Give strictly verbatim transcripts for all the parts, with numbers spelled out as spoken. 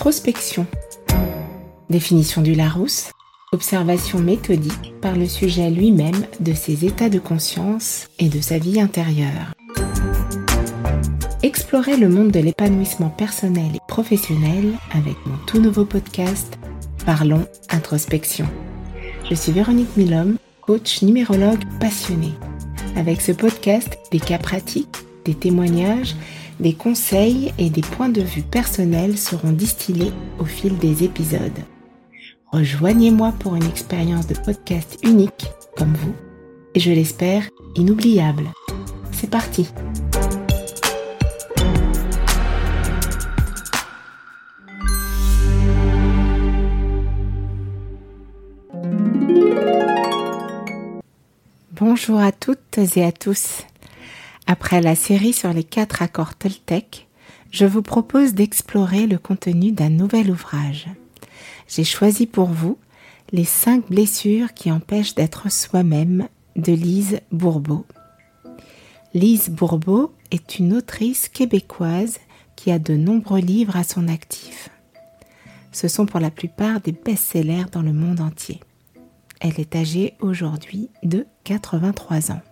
Introspection. Définition du Larousse. Observation méthodique par le sujet lui-même de ses états de conscience et de sa vie intérieure. Explorez le monde de l'épanouissement personnel et professionnel avec mon tout nouveau podcast Parlons Introspection. Je suis Véronique Milhomme, coach numérologue passionnée. Avec ce podcast, des cas pratiques, des témoignages, des conseils et des points de vue personnels seront distillés au fil des épisodes. Rejoignez-moi pour une expérience de podcast unique, comme vous, et je l'espère, inoubliable. C'est parti! Bonjour à toutes et à tous. Après la série sur les quatre accords Toltec, je vous propose d'explorer le contenu d'un nouvel ouvrage. J'ai choisi pour vous les cinq blessures qui empêchent d'être soi-même de Lise Bourbeau. Lise Bourbeau est une autrice québécoise qui a de nombreux livres à son actif. Ce sont pour la plupart des best-sellers dans le monde entier. Elle est âgée aujourd'hui de quatre-vingt-trois ans.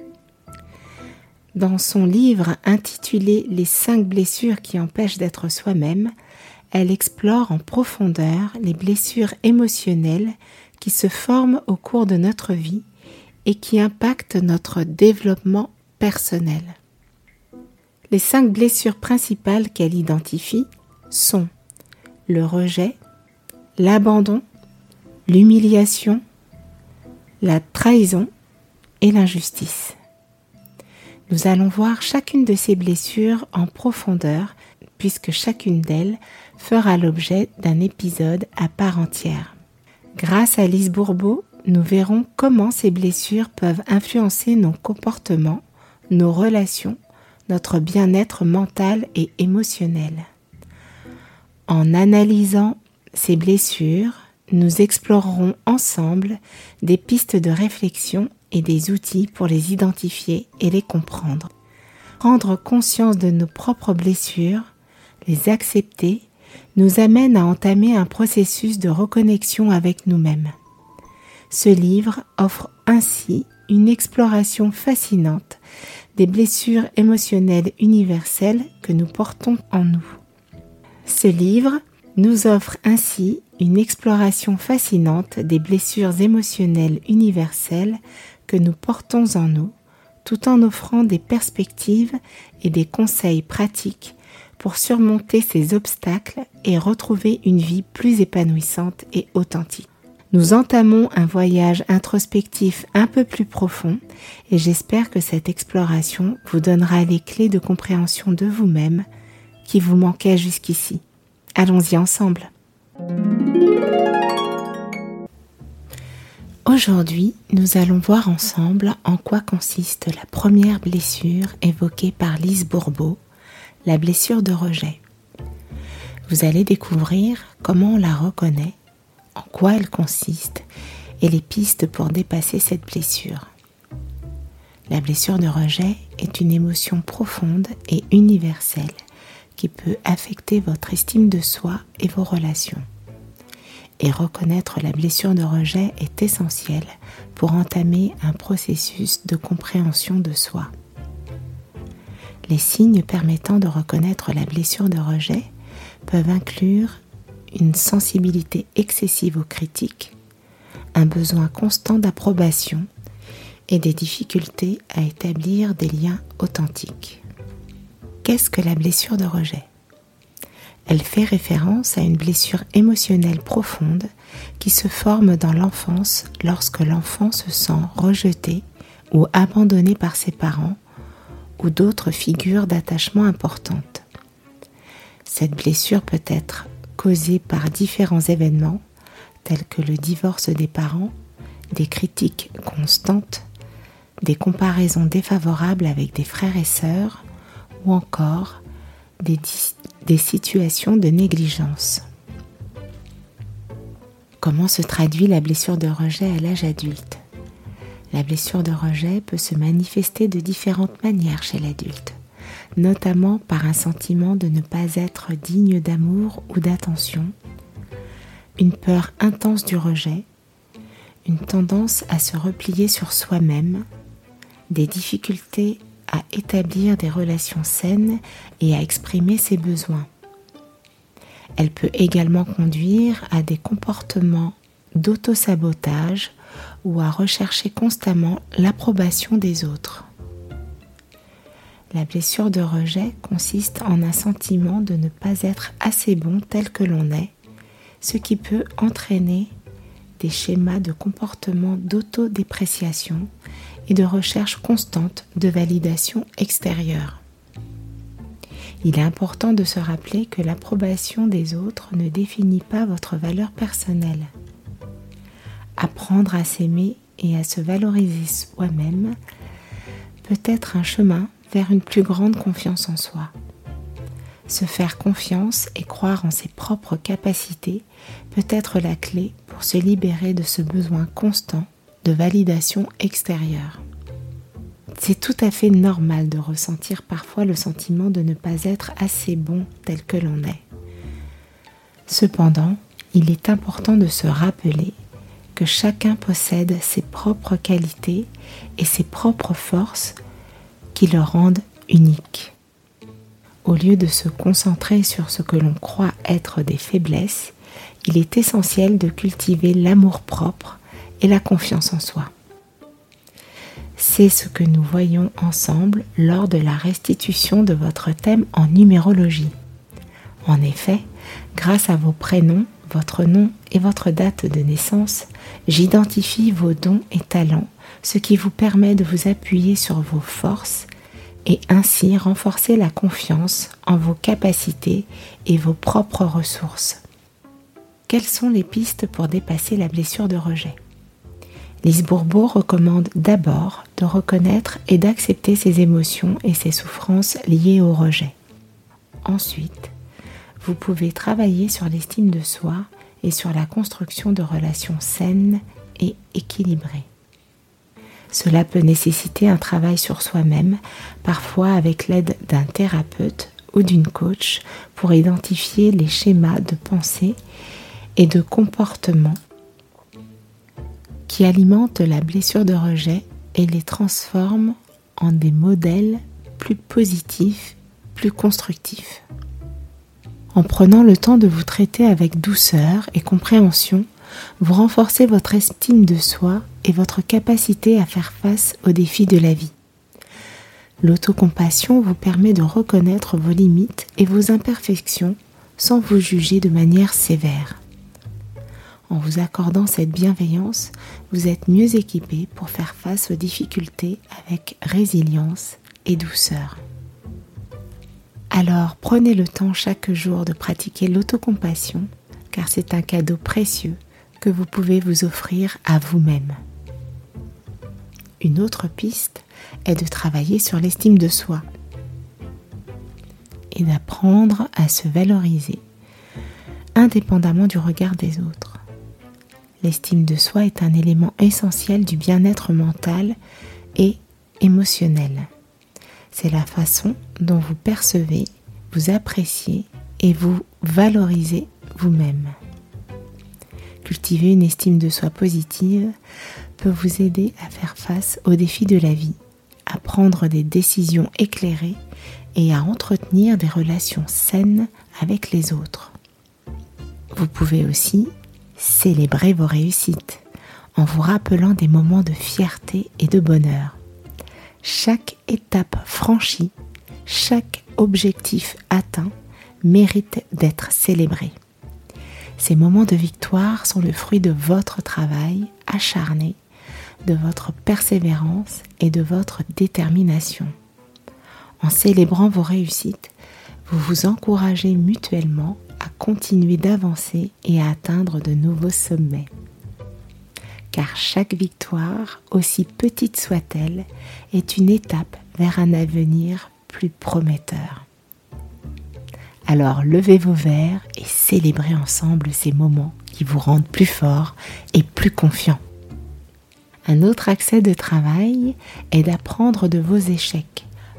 Dans son livre intitulé « Les cinq blessures qui empêchent d'être soi-même », elle explore en profondeur les blessures émotionnelles qui se forment au cours de notre vie et qui impactent notre développement personnel. Les cinq blessures principales qu'elle identifie sont le rejet, l'abandon, l'humiliation, la trahison et l'injustice. Nous allons voir chacune de ces blessures en profondeur, puisque chacune d'elles fera l'objet d'un épisode à part entière. Grâce à Lise Bourbeau, nous verrons comment ces blessures peuvent influencer nos comportements, nos relations, notre bien-être mental et émotionnel. En analysant ces blessures, nous explorerons ensemble des pistes de réflexion et des outils pour les identifier et les comprendre. Prendre conscience de nos propres blessures, les accepter, nous amène à entamer un processus de reconnexion avec nous-mêmes. Ce livre offre ainsi une exploration fascinante des blessures émotionnelles universelles que nous portons en nous. Ce livre nous offre ainsi une exploration fascinante des blessures émotionnelles universelles que nous portons en nous, tout en offrant des perspectives et des conseils pratiques pour surmonter ces obstacles et retrouver une vie plus épanouissante et authentique. Nous entamons un voyage introspectif un peu plus profond et j'espère que cette exploration vous donnera les clés de compréhension de vous-même qui vous manquaient jusqu'ici. Allons-y ensemble. Aujourd'hui, nous allons voir ensemble en quoi consiste la première blessure évoquée par Lise Bourbeau, la blessure de rejet. Vous allez découvrir comment on la reconnaît, en quoi elle consiste et les pistes pour dépasser cette blessure. La blessure de rejet est une émotion profonde et universelle qui peut affecter votre estime de soi et vos relations. Et reconnaître la blessure de rejet est essentiel pour entamer un processus de compréhension de soi. Les signes permettant de reconnaître la blessure de rejet peuvent inclure une sensibilité excessive aux critiques, un besoin constant d'approbation et des difficultés à établir des liens authentiques. Qu'est-ce que la blessure de rejet ? Elle fait référence à une blessure émotionnelle profonde qui se forme dans l'enfance lorsque l'enfant se sent rejeté ou abandonné par ses parents ou d'autres figures d'attachement importantes. Cette blessure peut être causée par différents événements tels que le divorce des parents, des critiques constantes, des comparaisons défavorables avec des frères et sœurs ou encore des, des situations de négligence. Comment se traduit la blessure de rejet à l'âge adulte ? La blessure de rejet peut se manifester de différentes manières chez l'adulte. notamment par un sentiment de ne pas être digne d'amour ou d'attention, une peur intense du rejet, une tendance à se replier sur soi-même, des difficultés à établir des relations saines et à exprimer ses besoins. Elle peut également conduire à des comportements d'auto-sabotage ou à rechercher constamment l'approbation des autres. La blessure de rejet consiste en un sentiment de ne pas être assez bon tel que l'on est, ce qui peut entraîner des schémas de comportement d'autodépréciation et de recherche constante de validation extérieure. Il est important de se rappeler que l'approbation des autres ne définit pas votre valeur personnelle. Apprendre à s'aimer et à se valoriser soi-même peut être un chemin vers une plus grande confiance en soi. Se faire confiance et croire en ses propres capacités peut être la clé pour se libérer de ce besoin constant de validation extérieure. C'est tout à fait normal de ressentir parfois le sentiment de ne pas être assez bon tel que l'on est. Cependant, il est important de se rappeler que chacun possède ses propres qualités et ses propres forces qui le rendent unique. Au lieu de se concentrer sur ce que l'on croit être des faiblesses, il est essentiel de cultiver l'amour-propre et la confiance en soi. C'est ce que nous voyons ensemble lors de la restitution de votre thème en numérologie. En effet, grâce à vos prénoms, votre nom et votre date de naissance, j'identifie vos dons et talents, ce qui vous permet de vous appuyer sur vos forces et ainsi renforcer la confiance en vos capacités et vos propres ressources. Quelles sont les pistes pour dépasser la blessure de rejet ? Lise Bourbeau recommande d'abord de reconnaître et d'accepter ses émotions et ses souffrances liées au rejet. Ensuite, vous pouvez travailler sur l'estime de soi et sur la construction de relations saines et équilibrées. Cela peut nécessiter un travail sur soi-même, parfois avec l'aide d'un thérapeute ou d'une coach pour identifier les schémas de pensée et de comportement qui alimentent la blessure de rejet et les transforment en des modèles plus positifs, plus constructifs. En prenant le temps de vous traiter avec douceur et compréhension, vous renforcez votre estime de soi et votre capacité à faire face aux défis de la vie. L'autocompassion vous permet de reconnaître vos limites et vos imperfections sans vous juger de manière sévère. En vous accordant cette bienveillance, vous êtes mieux équipé pour faire face aux difficultés avec résilience et douceur. Alors prenez le temps chaque jour de pratiquer l'autocompassion, car c'est un cadeau précieux que vous pouvez vous offrir à vous-même. Une autre piste est de travailler sur l'estime de soi et d'apprendre à se valoriser, indépendamment du regard des autres. L'estime de soi est un élément essentiel du bien-être mental et émotionnel. C'est la façon dont vous percevez, vous appréciez et vous valorisez vous-même. Cultiver une estime de soi positive peut vous aider à faire face aux défis de la vie, à prendre des décisions éclairées et à entretenir des relations saines avec les autres. Vous pouvez aussi célébrer vos réussites en vous rappelant des moments de fierté et de bonheur. Chaque étape franchie, chaque objectif atteint mérite d'être célébré. Ces moments de victoire sont le fruit de votre travail acharné, de votre persévérance et de votre détermination. En célébrant vos réussites, vous vous encouragez mutuellement à continuer d'avancer et à atteindre de nouveaux sommets. Car chaque victoire, aussi petite soit-elle, est une étape vers un avenir plus prometteur. Alors levez vos verres et célébrez ensemble ces moments qui vous rendent plus forts et plus confiants. Un autre axe de travail est d'apprendre de vos échecs,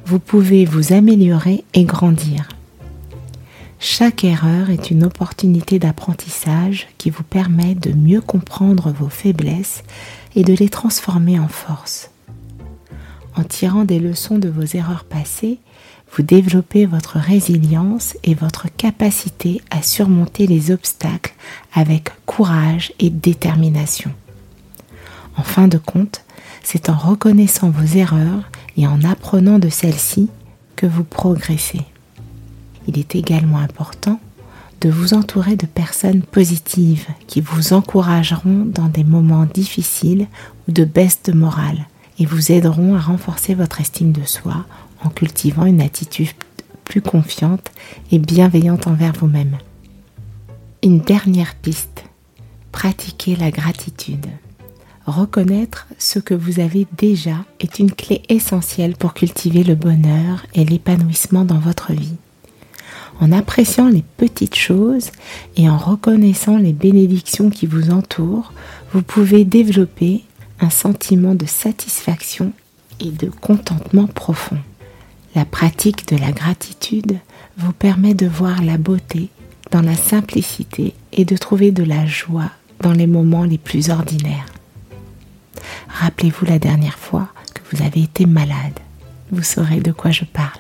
vous pouvez vous améliorer et grandir. Chaque erreur est une opportunité d'apprentissage qui vous permet de mieux comprendre vos faiblesses et de les transformer en force. En tirant des leçons de vos erreurs passées, vous développez votre résilience et votre capacité à surmonter les obstacles avec courage et détermination. En fin de compte, c'est en reconnaissant vos erreurs et en apprenant de celles-ci que vous progressez. Il est également important de vous entourer de personnes positives qui vous encourageront dans des moments difficiles ou de baisse de morale et vous aideront à renforcer votre estime de soi en cultivant une attitude plus confiante et bienveillante envers vous-même. Une dernière piste, pratiquez la gratitude. Reconnaître ce que vous avez déjà est une clé essentielle pour cultiver le bonheur et l'épanouissement dans votre vie. En appréciant les petites choses et en reconnaissant les bénédictions qui vous entourent, vous pouvez développer un sentiment de satisfaction et de contentement profond. La pratique de la gratitude vous permet de voir la beauté dans la simplicité et de trouver de la joie dans les moments les plus ordinaires. Rappelez-vous la dernière fois que vous avez été malade. Vous saurez de quoi je parle.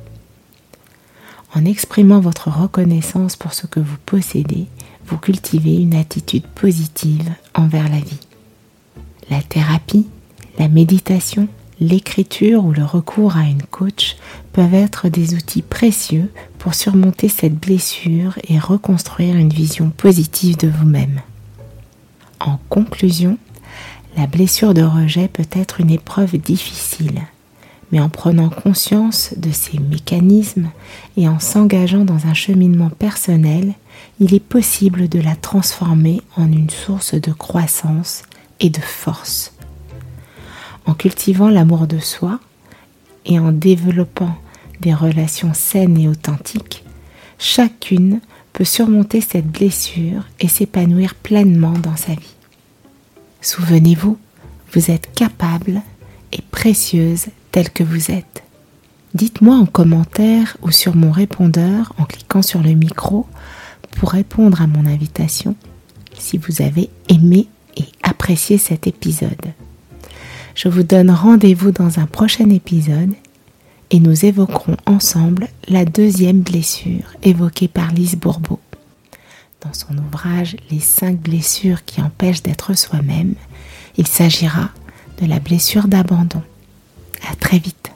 En exprimant votre reconnaissance pour ce que vous possédez, vous cultivez une attitude positive envers la vie. La thérapie, la méditation, l'écriture ou le recours à une coach peuvent être des outils précieux pour surmonter cette blessure et reconstruire une vision positive de vous-même. En conclusion, la blessure de rejet peut être une épreuve difficile. Mais en prenant conscience de ces mécanismes et en s'engageant dans un cheminement personnel, il est possible de la transformer en une source de croissance et de force. En cultivant l'amour de soi et en développant des relations saines et authentiques, chacune peut surmonter cette blessure et s'épanouir pleinement dans sa vie. Souvenez-vous, vous êtes capable et précieuse telle que vous êtes. Dites-moi en commentaire ou sur mon répondeur en cliquant sur le micro pour répondre à mon invitation si vous avez aimé et apprécié cet épisode. Je vous donne rendez-vous dans un prochain épisode et nous évoquerons ensemble la deuxième blessure évoquée par Lise Bourbeau. Dans son ouvrage « Les cinq blessures qui empêchent d'être soi-même », il s'agira de la blessure d'abandon. À très vite.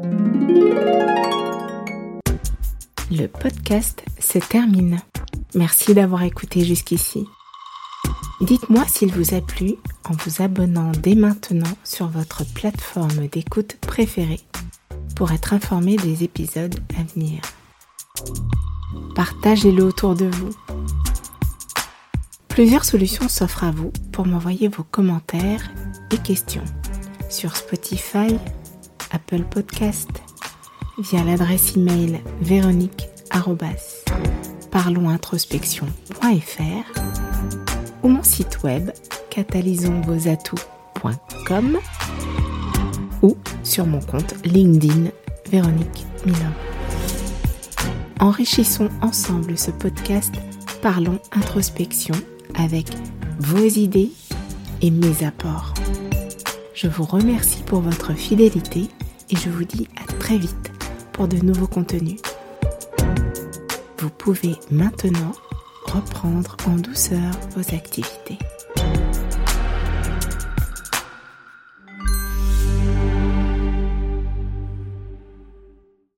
Le podcast se termine. Merci d'avoir écouté jusqu'ici. Dites-moi s'il vous a plu en vous abonnant dès maintenant sur votre plateforme d'écoute préférée pour être informé des épisodes à venir. Partagez-le autour de vous. Plusieurs solutions s'offrent à vous pour m'envoyer vos commentaires et questions sur Spotify, Apple Podcast, via l'adresse email véronique arobase parlons introspection point f r ou mon site web catalysons vos atouts point com ou sur mon compte LinkedIn Véronique Milon. Enrichissons ensemble ce podcast Parlons Introspection avec vos idées et mes apports. Je vous remercie pour votre fidélité et je vous dis à très vite pour de nouveaux contenus. Vous pouvez maintenant reprendre en douceur vos activités.